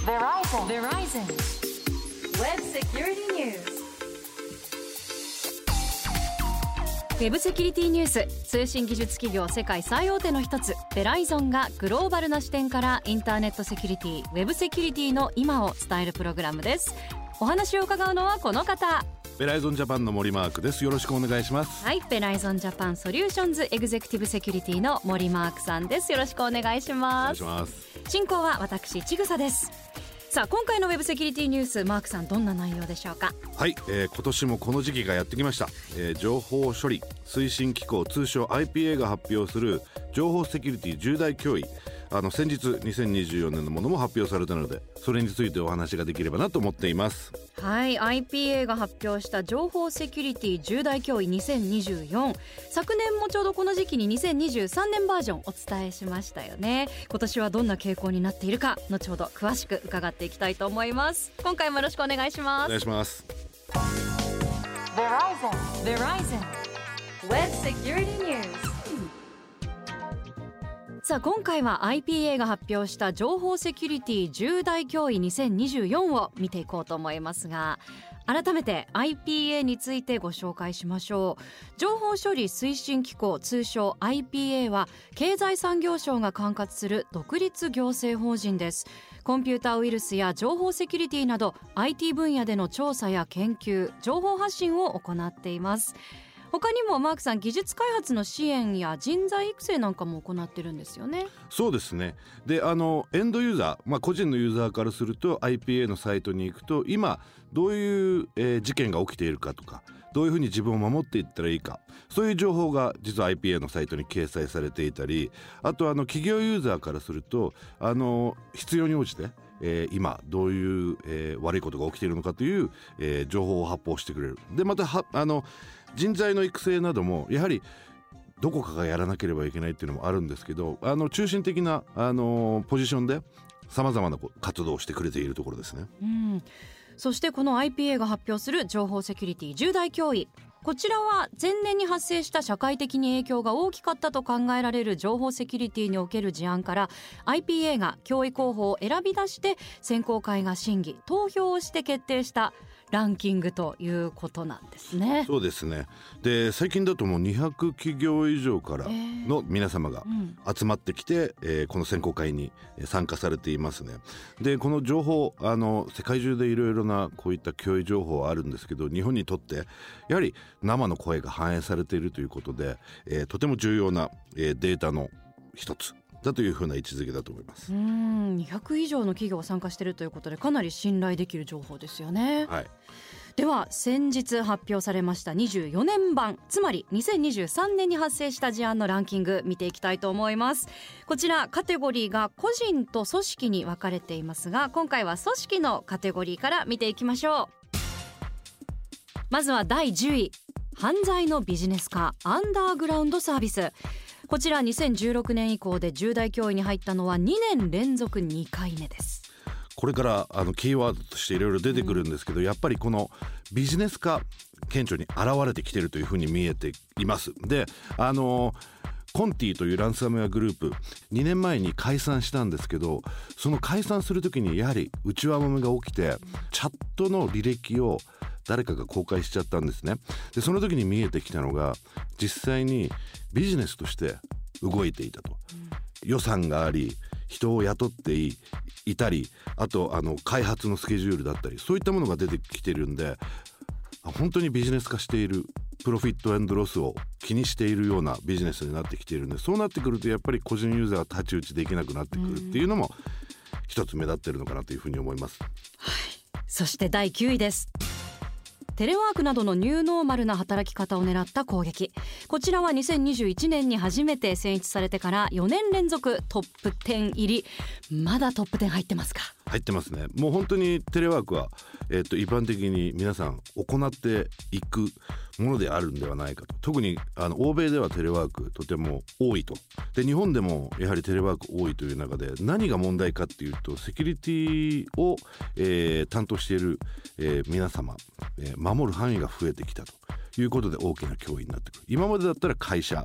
Verizon Web Security News。 ウェブセキュリティニュース、通信技術企業世界最大手の一つベライゾンがグローバルな視点からインターネットセキュリティ、ウェブセキュリティの今を伝えるプログラムです。お話を伺うのはこの方、 ベライゾンジャパンの森マークです。よろしくお願いします。 はい、ベライゾンジャパンソリューションズエグゼクティブセキュリティの森マークさんです。よろしくお願いします。 お願いします。 進行は私ちぐさです。さあ、今回のウェブセキュリティニュース、マークさんどんな内容でしょうか。 はい、今年もこの時期がやってきました。情報処理推進機構、通称 IPA が発表する情報セキュリティ重大脅威、先日2024年のものも発表されたので、それについてお話ができればなと思っています。 はい、 IPA が発表した情報セキュリティ重大脅威2024、昨年もちょうどこの時期に2023年バージョンお伝えしましたよね。今年はどんな傾向になっているか、後ほど詳しく伺っていきたいと思います。今回もよろしくお願いします。 お願いします。 Verizon Web Security News。 さあ、今回は IPA が発表した情報セキュリティ重大脅威2024を見ていこうと思いますが、改めて IPA についてご紹介しましょう。情報処理推進機構、通称 IPA は経済産業省が管轄する独立行政法人です。コンピューターウイルスや情報セキュリティなど IT 分野での調査や研究、情報発信を行っています。他にもマークさん、技術開発の支援や人材育成なんかも行ってるんですよね。 そうですね。で、エンドユーザー、個人のユーザーからすると IPA のサイトに行くと、今どういう、事件が起きているかとか、どういうふうに自分を守っていったらいいか、そういう情報が実は IPA のサイトに掲載されていたり、あと企業ユーザーからすると必要に応じて今どういう、悪いことが起きているのかという、情報を発報してくれる。で、また人材の育成などもやはりどこかがやらなければいけないっていうのもあるんですけど、中心的なポジションでさまざまな活動をしてくれているところですね。 そしてこの IPA が発表する情報セキュリティ重大脅威、こちらは前年に発生した社会的に影響が大きかったと考えられる情報セキュリティにおける事案から IPA が脅威候補を選び出して選考会が審議投票をして決定したランキングということなんですね。 そうですね。で、最近だともう200企業以上からの皆様が集まってきて、この選考会に参加されていますね。で、この情報世界中でいろいろなこういった脅威情報はあるんですけど、日本にとってやはり生の声が反映されているということで、とても重要な、データの一つだというふうな位置づけだと思います。 200以上の企業が参加しているということで、かなり信頼できる情報ですよね。 はい。 では、先日発表されました24年版、つまり2023年に発生した事案のランキング見ていきたいと思います。こちらカテゴリーが個人と組織に分かれていますが、今回は組織のカテゴリーから見ていきましょう。まずは第10位、犯罪のビジネス化アンダーグラウンドサービス。こちら2016年以降で重大脅威に入ったのは2年連続2回目です。 これからキーワードとしていろいろ出てくるんですけど、やっぱりこのビジネス化顕著に現れてきているというふうに見えています。で、コンティというランサムウェアグループ2年前に解散したんですけど、その解散するときにやはり内輪もめが起きて、チャットの履歴を誰かが公開しちゃったんですね。で、その時に見えてきたのが、実際にビジネスとして動いていたと、予算があり人を雇っていたり、あと開発のスケジュールだったり、そういったものが出てきてるんで、本当にビジネス化している、プロフィットエンドロスを気にしているようなビジネスになってきているんで、そうなってくるとやっぱり個人ユーザーが太刀打ちできなくなってくるっていうのも一つ目立ってるのかなというふうに思います。 はい、そして第9位です。テレワークなどのニューノーマルな働き方を狙った攻撃。こちらは2021年に初めて選出されてから4年連続トップ10入り。まだトップ10入ってますか？ 入ってますね。もう本当にテレワークは、一般的に皆さん行っていくものであるんではないかと。特に欧米ではテレワークとても多いと。で、日本でもやはりテレワーク多いという中で、何が問題かっていうと、セキュリティを、担当している、皆様、守る範囲が増えてきたということで大きな脅威になってくる。今までだったら会社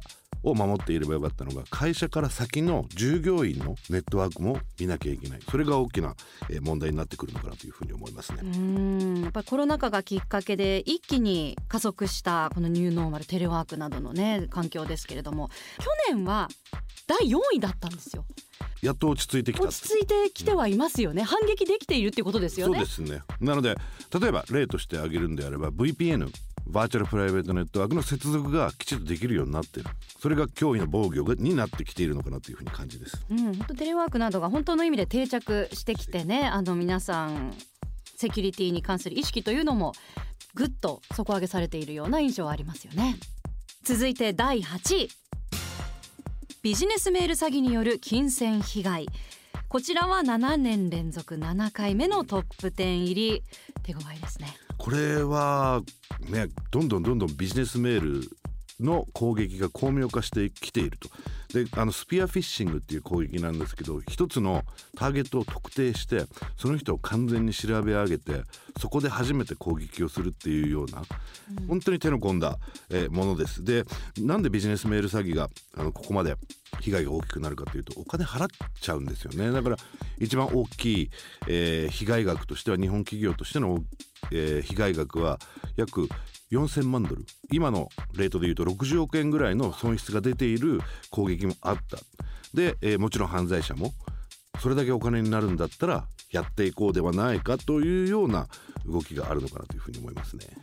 を守っていればよかったのが、会社から先の従業員のネットワークも見なきゃいけない。それが大きな問題になってくるのかなというふうに思いますね。 やっぱりコロナ禍がきっかけで一気に加速したこのニューノーマル、テレワークなどのね環境ですけれども、去年は第4位だったんですよ。 やっと落ち着いてきた。 落ち着いてきてはいますよね。反撃できているっていうことですよね。 そうですね。なので例えば例として挙げるんであれば VPN、バーチャルプライベートネットワークの接続がきちんとできるようになっている。それが脅威の防御になってきているのかなというふうに感じです。 本当テレワークなどが本当の意味で定着してきてね、皆さんセキュリティに関する意識というのもぐっと底上げされているような印象はありますよね。続いて第8位、ビジネスメール詐欺による金銭被害。こちらは7年連続7回目のトップ10入り。手強いですね。 これはね、どんどんビジネスメールの攻撃が巧妙化してきていると。でスピアフィッシングっていう攻撃なんですけど、一つのターゲットを特定してその人を完全に調べ上げて、そこで初めて攻撃をするっていうような、本当に手の込んだものです。でなんでビジネスメール詐欺がここまで被害が大きくなるかというと、お金払っちゃうんですよね。だから一番大きい、被害額としては、日本企業としての、被害額は約4000万ドル、今のレートでいうと60億円ぐらいの損失が出ている攻撃もあった。で、もちろん犯罪者もそれだけお金になるんだったらやっていこうではないかというような動きがあるのかなというふうに思いますね。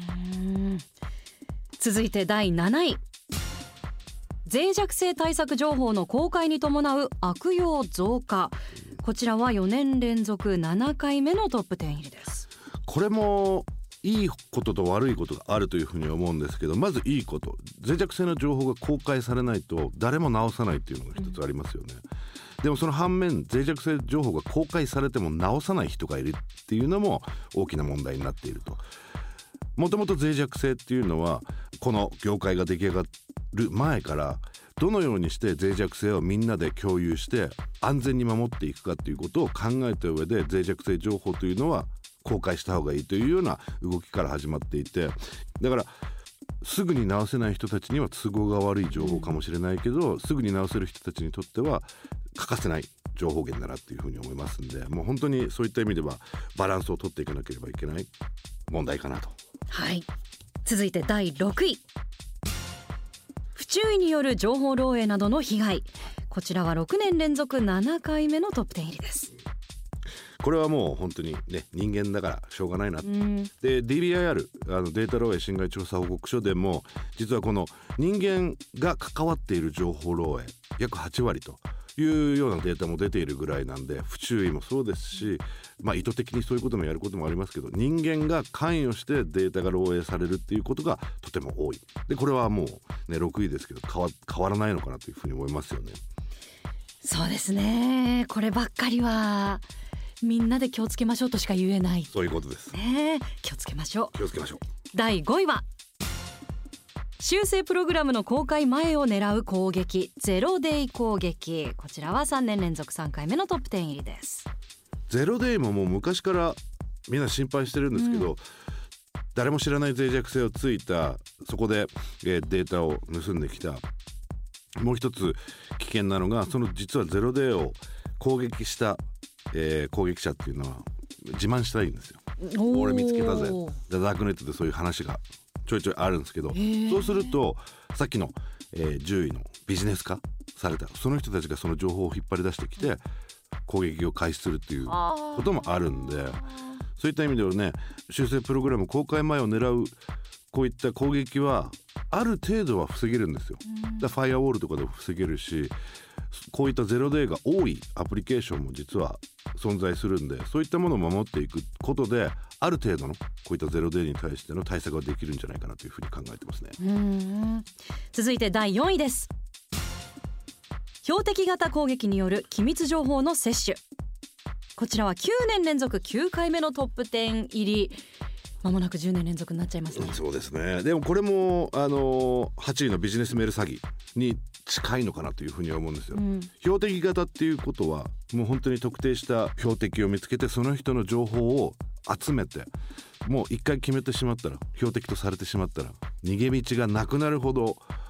続いて第7位、脆弱性対策情報の公開に伴う悪用増加。こちらは4年連続7回目のトップ10入りです。 これもいいことと悪いことがあるというふうに思うんですけど、まずいいこと、脆弱性の情報が公開されないと誰も直さないっていうのが一つありますよね。でもその反面、脆弱性情報が公開されても直さない人がいるっていうのも大きな問題になっていると。もともと脆弱性っていうのはこの業界が出来上がる前からどのようにして脆弱性をみんなで共有して安全に守っていくかということを考えた上で、脆弱性情報というのは公開した方がいいというような動きから始まっていて、だからすぐに直せない人たちには都合が悪い情報かもしれないけど、すぐに直せる人たちにとっては欠かせない情報源だなっていうふうに思いますんで、もう本当にそういった意味ではバランスを取っていかなければいけない問題かなと。 はい、続いて第6位、不注意による情報漏洩などの被害。こちらは6年連続7回目のトップ10入りです。 これはもう本当にね、人間だからしょうがないな、で DBIR データ漏洩侵害調査報告書でも、実はこの人間が関わっている情報漏洩約8割というようなデータも出ているぐらいなんで、不注意もそうですし、意図的にそういうこともやることもありますけど、人間が関与してデータが漏洩されるっていうことがとても多い。でこれはもうね、6位ですけど変わらないのかなというふうに思いますよね。 そうですね、こればっかりはみんなで気をつけましょうとしか言えない。 そういうことですね。気をつけましょう。 気をつけましょう。 第5位は修正プログラムの公開前を狙う攻撃、ゼロデイ攻撃。こちらは3年連続3回目のトップ10入りです。 ゼロデイももう昔からみんな心配してるんですけど、誰も知らない脆弱性をついた、そこで、データを盗んできた。もう一つ危険なのが、その実はゼロデイを攻撃した、攻撃者っていうのは自慢したいんですよ。俺見つけたぜ。ダークネットでそういう話がちょいちょいあるんですけど、そうするとさっきの、10位のビジネス化されたその人たちがその情報を引っ張り出してきて攻撃を開始するっていうこともあるんで、そういった意味ではね、修正プログラム公開前を狙うこういった攻撃はある程度は防げるんですよ。だファイアウォールとかでも防げるし、こういったゼロデイが多いアプリケーションも実は存在するんで、そういったものを守っていくことである程度のこういったゼロデイに対しての対策ができるんじゃないかなというふうに考えてますね。 続いて第4位です。標的型攻撃による機密情報の摂取。こちらは9年連続9回目のトップ10入り。まもなく10年連続になっちゃいますね。 そうですね。でもこれも8位のビジネスメール詐欺に近いのかなというふうに思うんですよ。標的型っていうことはもう本当に特定した標的を見つけて、その人の情報を集めて、もう一回決めてしまったら、標的とされてしまったら逃げ道がなくなるほど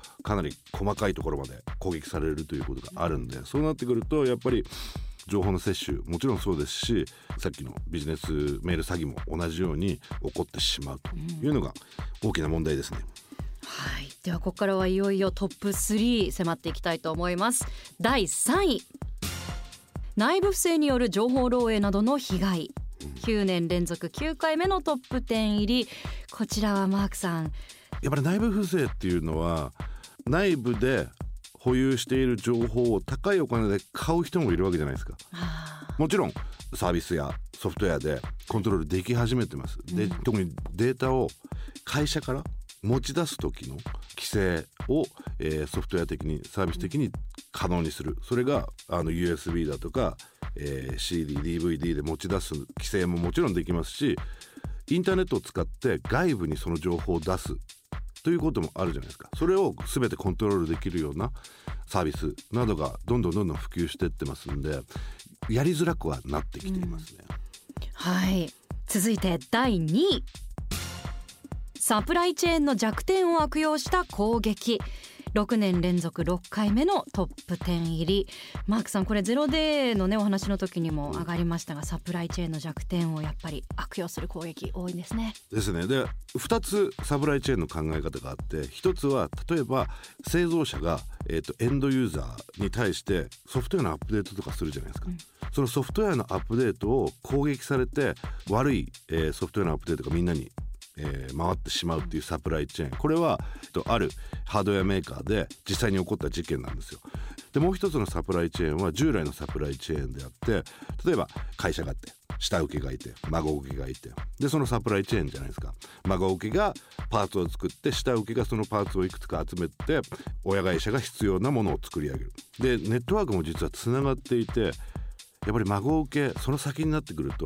かなり細かいところまで攻撃されるということがあるんで、そうなってくるとやっぱり情報の摂取もちろんそうですし、さっきのビジネスメール詐欺も同じように起こってしまうというのが大きな問題ですね。 はい、ではここからはいよいよトップ3迫っていきたいと思います。第3位、内部不正による情報漏洩などの被害、9年連続9回目のトップ10入り。こちらはマークさん、 やっぱり内部不正っていうのは内部で保有している情報を高いお金で買う人もいるわけじゃないですか。もちろんサービスやソフトウェアでコントロールでき始めてます。で、特にデータを会社から持ち出す時の規制を、ソフトウェア的にサービス的に可能にする。それがUSB だとか、CD、DVD で持ち出す規制ももちろんできますし、インターネットを使って外部にその情報を出すということもあるじゃないですか。それを全てコントロールできるようなサービスなどがどんどん普及していってますんで、やりづらくはなってきていますね。 はい、続いて第2位、サプライチェーンの弱点を悪用した攻撃。6年連続6回目のトップ10入り。マークさん、これゼロデーのねお話の時にも上がりましたが、サプライチェーンの弱点をやっぱり悪用する攻撃多いんですね。 ですね。で、2つサプライチェーンの考え方があって、1つは例えば製造者が、エンドユーザーに対してソフトウェアのアップデートとかするじゃないですか。そのソフトウェアのアップデートを攻撃されて悪い、ソフトウェアのアップデートがみんなに回ってしまうっていうサプライチェーン、これはあるハードウェアメーカーで実際に起こった事件なんですよ。で、もう一つのサプライチェーンは従来のサプライチェーンであって、例えば会社があって下請けがいて孫請けがいて、でそのサプライチェーンじゃないですか。孫請けがパーツを作って下請けがそのパーツをいくつか集めて親会社が必要なものを作り上げる。でネットワークも実はつながっていて、やっぱり孫請けその先になってくると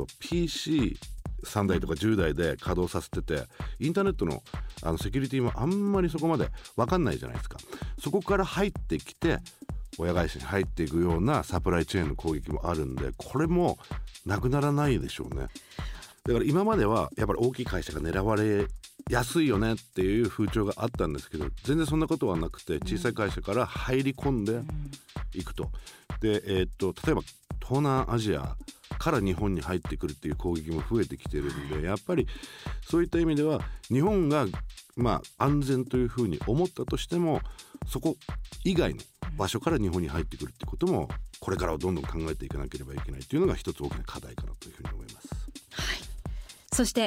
PC3 台とか10台で稼働させてて、インターネットのセキュリティもあんまりそこまで分かんないじゃないですか。そこから入ってきて親会社に入っていくようなサプライチェーンの攻撃もあるんで、これもなくならないでしょうね。だから今まではやっぱり大きい会社が狙われやすいよねっていう風潮があったんですけど、全然そんなことはなくて、小さい会社から入り込んでいくと。で、例えば東南アジアから日本に入ってくるっていう攻撃も増えてきてるんで、やっぱりそういった意味では日本が安全というふうに思ったとしても、そこ以外の場所から日本に入ってくるってこともこれからはどんどん考えていかなければいけないというのが一つ大きな課題かなというふうに思います。 はい、そして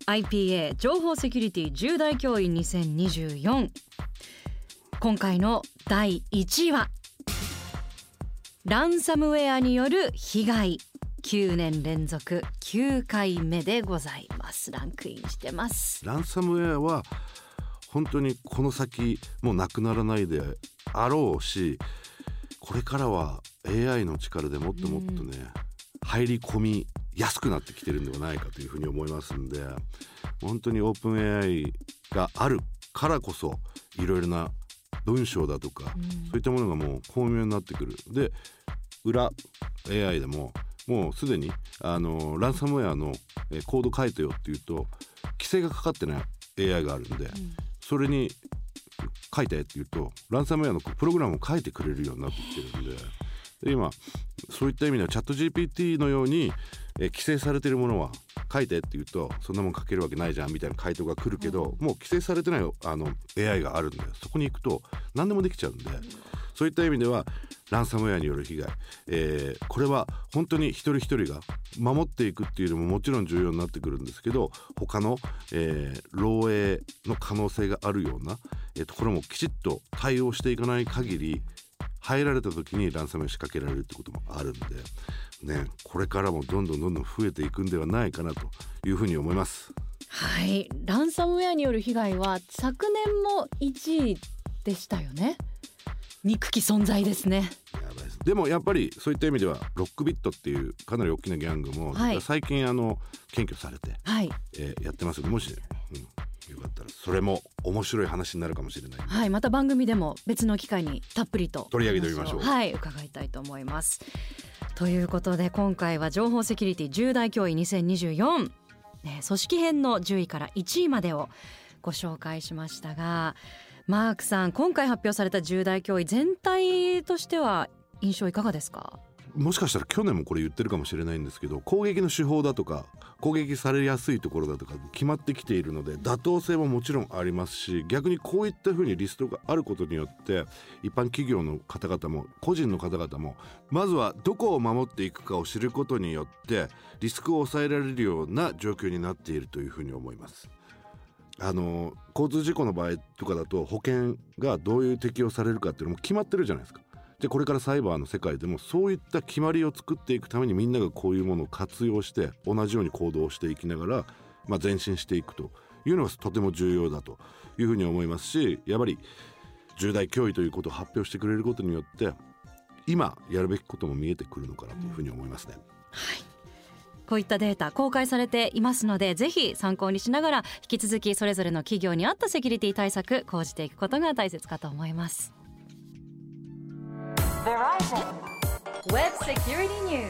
IPA 情報セキュリティ重大脅威2024、今回の第1位はランサムウェアによる被害。9年連続9回目でございます。ランクインしてます。 ランサムウェアは本当にこの先もうなくならないであろうし、これからは AI の力でもっともっとね、入り込みやすくなってきてるんではないかというふうに思いますんで、本当にオープン AI があるからこそいろいろな文章だとか、そういったものがもう巧妙になってくる。で、裏 AI でももうすでにランサムウェアのコード書いてよっていうと規制がかかってない AI があるんで、それに書いてって言うとランサムウェアのプログラムを書いてくれるようになってきてるんで、今そういった意味ではチャット GPT のように規制されているものは書いてって言うとそんなもん書けるわけないじゃんみたいな回答が来るけど、もう規制されてないAI があるんで、そこに行くと何でもできちゃうんで、そういった意味ではランサムウェアによる被害、これは本当に一人一人が守っていくっていうのももちろん重要になってくるんですけど、他の、漏洩の可能性があるような、ところもきちっと対応していかない限り、入られた時にランサムウェア仕掛けられるってこともあるんでね、これからもどんどん増えていくんではないかなというふうに思います。 はい、ランサムウェアによる被害は昨年も1位でしたよね。憎き存在ですね。 やばいです。でもやっぱりそういった意味ではロックビットっていうかなり大きなギャングも、最近検挙されて、やってますので、もし、よかったらそれも面白い話になるかもしれない。 はい、また番組でも別の機会にたっぷりと取り上げてみましょう。 はい、伺いたいと思います。ということで今回は情報セキュリティ重大脅威2024、組織編の10位から1位までをご紹介しましたが、 マークさん、今回発表された重大脅威全体としては印象いかがですか？ もしかしたら去年もこれ言ってるかもしれないんですけど、攻撃の手法だとか攻撃されやすいところだとか決まってきているので、妥当性ももちろんありますし、逆にこういったふうにリストがあることによって一般企業の方々も個人の方々もまずはどこを守っていくかを知ることによってリスクを抑えられるような状況になっているというふうに思います。交通事故の場合とかだと保険がどういう適用されるかっていうのも決まってるじゃないですか。でこれからサイバーの世界でもそういった決まりを作っていくためにみんながこういうものを活用して同じように行動していきながら、前進していくというのがとても重要だというふうに思いますし、やっぱり重大脅威ということを発表してくれることによって今やるべきことも見えてくるのかなというふうに思いますね。 はい、こういったデータ公開されていますので、ぜひ参考にしながら引き続きそれぞれの企業に合ったセキュリティ対策講じていくことが大切かと思います。 Verizon Web Security News。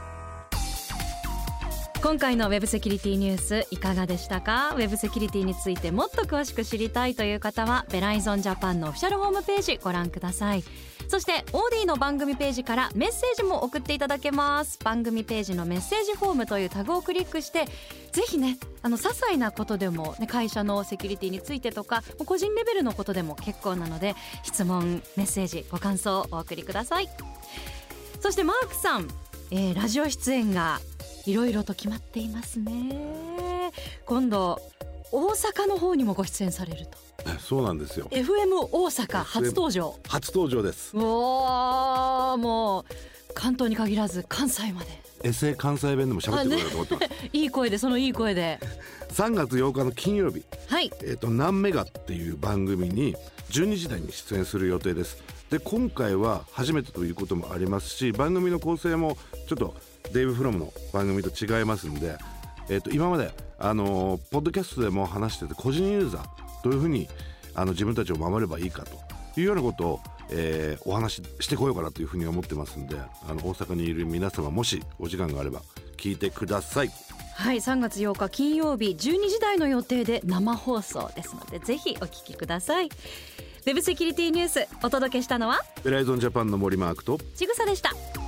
今回のウェブセキュリティニュースいかがでしたか？ウェブセキュリティについてもっと詳しく知りたいという方はベライゾンジャパンのオフィシャルホームページご覧ください。そしてオーディの番組ページからメッセージも送っていただけます。番組ページのメッセージフォームというタグをクリックして、ぜひね、些細なことでも、ね、会社のセキュリティについてとか個人レベルのことでも結構なので、質問メッセージご感想をお送りください。そしてマークさん、ラジオ出演がいろいろと決まっていますね。今度大阪の方にもご出演されると。 そうなんですよ。 FM 大阪初登場。 初登場です。 おー、もう関東に限らず関西までエセ関西弁でも喋ってくれると思ってます、 いい声で、そのいい声で 3月8日の金曜日、 はい、 南メガっていう番組に12時台に出演する予定です。で今回は初めてということもありますし、番組の構成もちょっとデイブ・フロムの番組と違いますんで、今までポッドキャストでも話してて、個人ユーザーどういうふうに自分たちを守ればいいかというようなことを、お話ししてこようかなというふうに思ってますんで、大阪にいる皆様もしお時間があれば聞いてください。 はい、3月8日金曜日12時台の予定で生放送ですので、ぜひお聞きください。ウェブセキュリティニュースお届けしたのはベライゾンジャパンの森マークとちぐさでした。